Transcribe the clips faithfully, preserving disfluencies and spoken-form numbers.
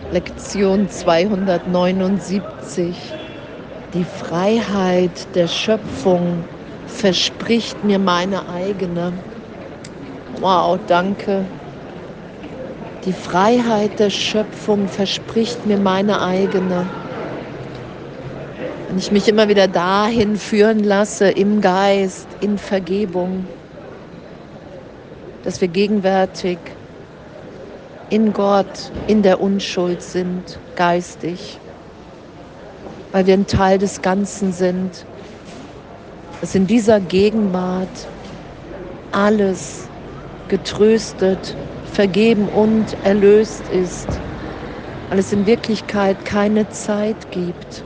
Lektion zweihundertneunundsiebzig. Die Freiheit der Schöpfung verspricht mir meine eigene. Wow, danke. Die Freiheit der Schöpfung verspricht mir meine eigene. Wenn ich mich immer wieder dahin führen lasse, im Geist, in Vergebung, dass wir gegenwärtig in Gott, in der Unschuld sind, geistig, weil wir ein Teil des Ganzen sind, dass in dieser Gegenwart alles getröstet, vergeben und erlöst ist, weil es in Wirklichkeit keine Zeit gibt.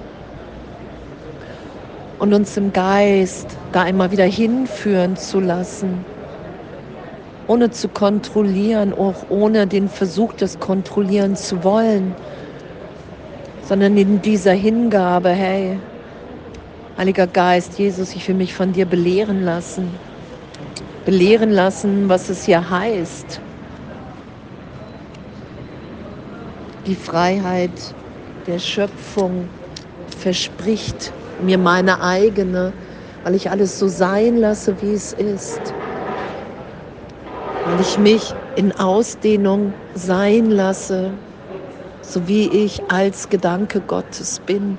Und uns im Geist da immer wieder hinführen zu lassen, ohne zu kontrollieren, auch ohne den Versuch, das kontrollieren zu wollen, sondern in dieser Hingabe, hey, Heiliger Geist, Jesus, ich will mich von dir belehren lassen, belehren lassen, was es hier heißt, die Freiheit der Schöpfung verspricht mir meine eigene, weil ich alles so sein lasse, wie es ist. Weil ich mich in Ausdehnung sein lasse, so wie ich als Gedanke Gottes bin.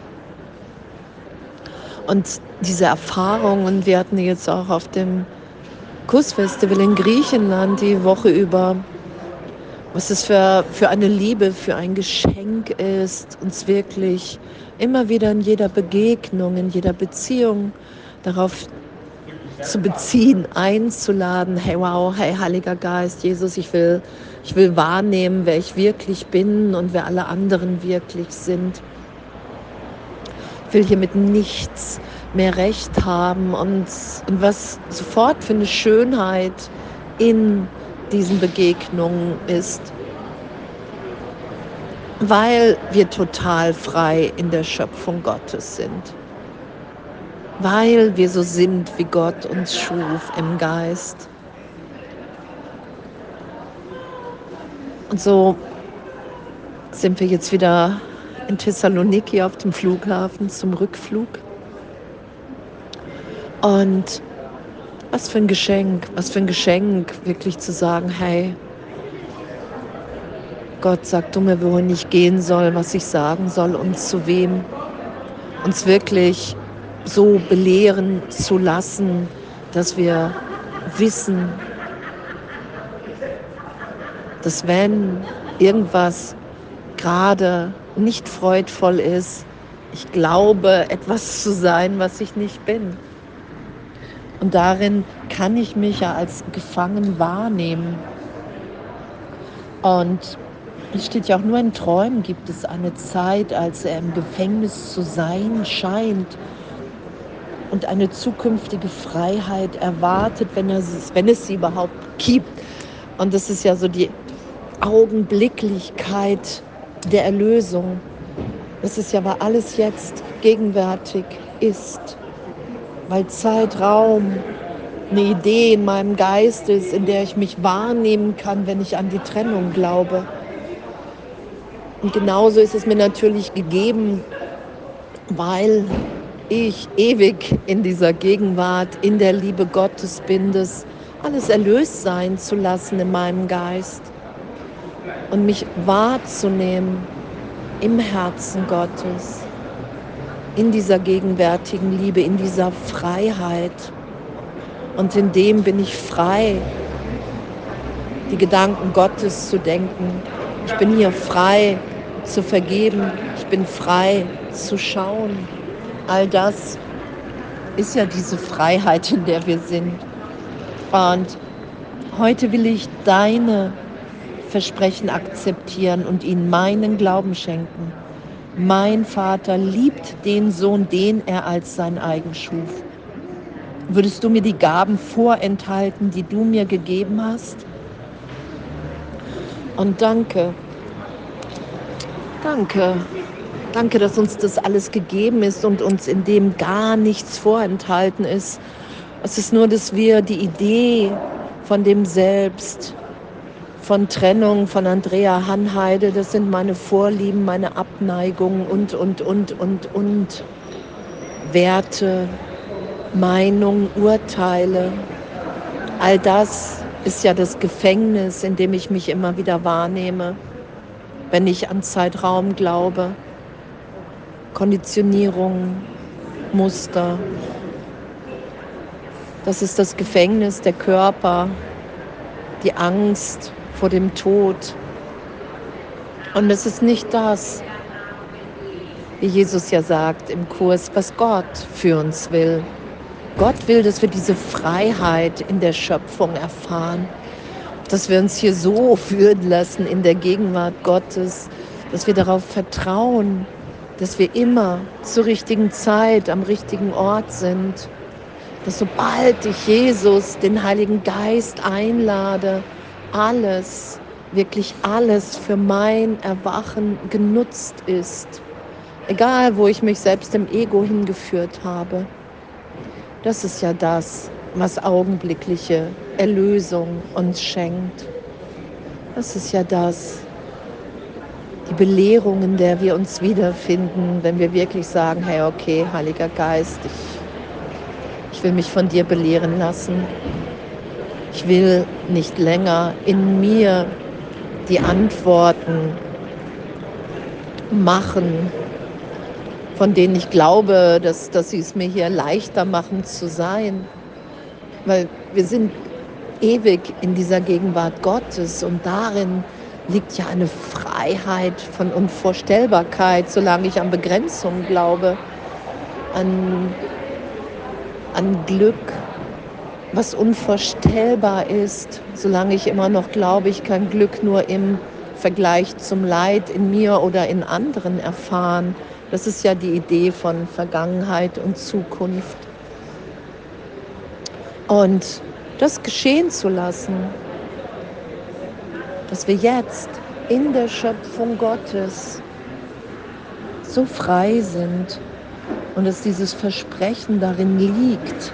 Und diese Erfahrungen, wir hatten jetzt auch auf dem Kussfestival in Griechenland die Woche über, was es für, für eine Liebe, für ein Geschenk ist, uns wirklich immer wieder in jeder Begegnung, in jeder Beziehung darauf zu beziehen, einzuladen, hey wow, hey Heiliger Geist, Jesus, ich will, ich will wahrnehmen, wer ich wirklich bin und wer alle anderen wirklich sind. Ich will hier mit nichts mehr Recht haben und, und was sofort für eine Schönheit in diesen Begegnungen ist, weil wir total frei in der Schöpfung Gottes sind, weil wir so sind, wie Gott uns schuf im Geist. Und so sind wir jetzt wieder in Thessaloniki auf dem Flughafen zum Rückflug. Und was für ein Geschenk, was für ein Geschenk, wirklich zu sagen, hey, Gott, sag du mir, wohin ich gehen soll, was ich sagen soll und zu wem. Uns wirklich so belehren zu lassen, dass wir wissen, dass wenn irgendwas gerade nicht freudvoll ist, ich glaube, etwas zu sein, was ich nicht bin. Und darin kann ich mich ja als gefangen wahrnehmen. Und es steht ja auch, nur in Träumen gibt es eine Zeit, als er im Gefängnis zu sein scheint und eine zukünftige Freiheit erwartet, wenn, er, wenn es sie überhaupt gibt. Und das ist ja so die Augenblicklichkeit der Erlösung. Das ist ja, weil alles jetzt gegenwärtig ist. Weil Zeitraum eine Idee in meinem Geist ist, in der ich mich wahrnehmen kann, wenn ich an die Trennung glaube. Und genauso ist es mir natürlich gegeben, weil ich ewig in dieser Gegenwart, in der Liebe Gottes bin, das alles erlöst sein zu lassen in meinem Geist und mich wahrzunehmen im Herzen Gottes, in dieser gegenwärtigen Liebe, in dieser Freiheit. Und in dem bin ich frei, die Gedanken Gottes zu denken. Ich bin hier frei zu vergeben. Ich bin frei zu schauen. All das ist ja diese Freiheit, in der wir sind. Und heute will ich deine Versprechen akzeptieren und ihnen meinen Glauben schenken. Mein Vater liebt den Sohn, den er als sein eigen schuf. Würdest du mir die Gaben vorenthalten, die du mir gegeben hast? Und danke, danke, danke, dass uns das alles gegeben ist und uns in dem gar nichts vorenthalten ist. Es ist nur, dass wir die Idee von dem Selbst von Trennung von Andrea Hanheide. Das sind meine Vorlieben, meine Abneigungen und, und, und, und, und. Werte, Meinungen, Urteile. All das ist ja das Gefängnis, in dem ich mich immer wieder wahrnehme, wenn ich an Zeitraum glaube. Konditionierung, Muster. Das ist das Gefängnis, der Körper, die Angst vor dem Tod. Und es ist nicht das, wie Jesus ja sagt im Kurs, was Gott für uns will. Gott will, dass wir diese Freiheit in der Schöpfung erfahren, dass wir uns hier so führen lassen in der Gegenwart Gottes, dass wir darauf vertrauen, dass wir immer zur richtigen Zeit am richtigen Ort sind, dass sobald ich Jesus, den Heiligen Geist einlade, alles, wirklich alles für mein Erwachen genutzt ist, egal wo ich mich selbst im Ego hingeführt habe. Das ist ja das, was augenblickliche Erlösung uns schenkt. Das ist ja das, die Belehrung, in der wir uns wiederfinden, wenn wir wirklich sagen, hey, okay, Heiliger Geist, ich, ich will mich von dir belehren lassen. Ich will nicht länger in mir die Antworten machen, von denen ich glaube, dass, dass sie es mir hier leichter machen zu sein. Weil wir sind ewig in dieser Gegenwart Gottes und darin liegt ja eine Freiheit von Unvorstellbarkeit, solange ich an Begrenzung glaube, an, an Glück, was unvorstellbar ist, solange ich immer noch glaube, ich kann Glück nur im Vergleich zum Leid in mir oder in anderen erfahren. Das ist ja die Idee von Vergangenheit und Zukunft. Und das geschehen zu lassen, dass wir jetzt in der Schöpfung Gottes so frei sind und dass dieses Versprechen darin liegt,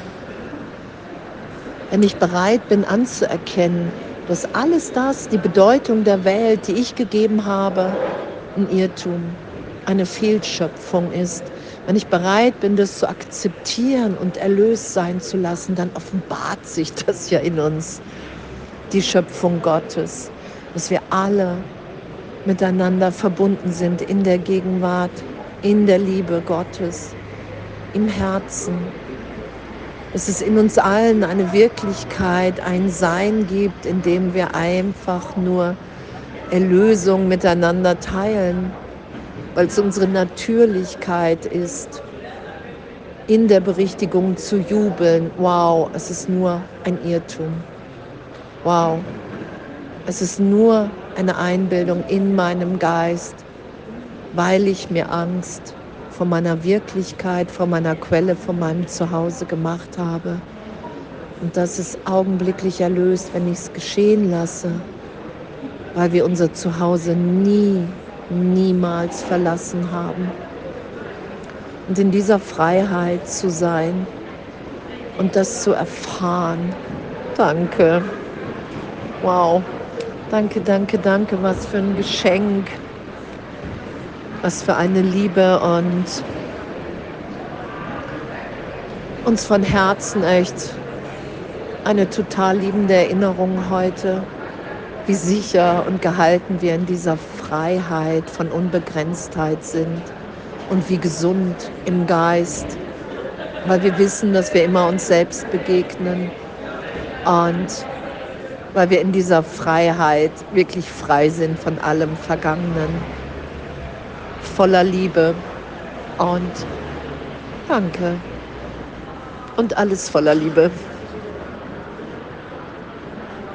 wenn ich bereit bin anzuerkennen, dass alles das, die Bedeutung der Welt, die ich gegeben habe, ein Irrtum, eine Fehlschöpfung ist. Wenn ich bereit bin, das zu akzeptieren und erlöst sein zu lassen, dann offenbart sich das ja in uns, die Schöpfung Gottes, dass wir alle miteinander verbunden sind in der Gegenwart, in der Liebe Gottes, im Herzen. Dass es in uns allen eine Wirklichkeit, ein Sein gibt, in dem wir einfach nur Erlösung miteinander teilen, weil es unsere Natürlichkeit ist, in der Berichtigung zu jubeln. Wow, es ist nur ein Irrtum. Wow, es ist nur eine Einbildung in meinem Geist, weil ich mir Angst vor meiner Wirklichkeit, vor meiner Quelle, vor meinem Zuhause gemacht habe. Und das ist augenblicklich erlöst, wenn ich es geschehen lasse, weil wir unser Zuhause nie, niemals verlassen haben. Und in dieser Freiheit zu sein und das zu erfahren. Danke. Wow. Danke, danke, danke. Was für ein Geschenk. Was für eine Liebe und uns von Herzen echt eine total liebende Erinnerung heute, wie sicher und gehalten wir in dieser Freiheit von Unbegrenztheit sind und wie gesund im Geist, weil wir wissen, dass wir immer uns selbst begegnen und weil wir in dieser Freiheit wirklich frei sind von allem Vergangenen. Voller Liebe und danke und alles voller Liebe.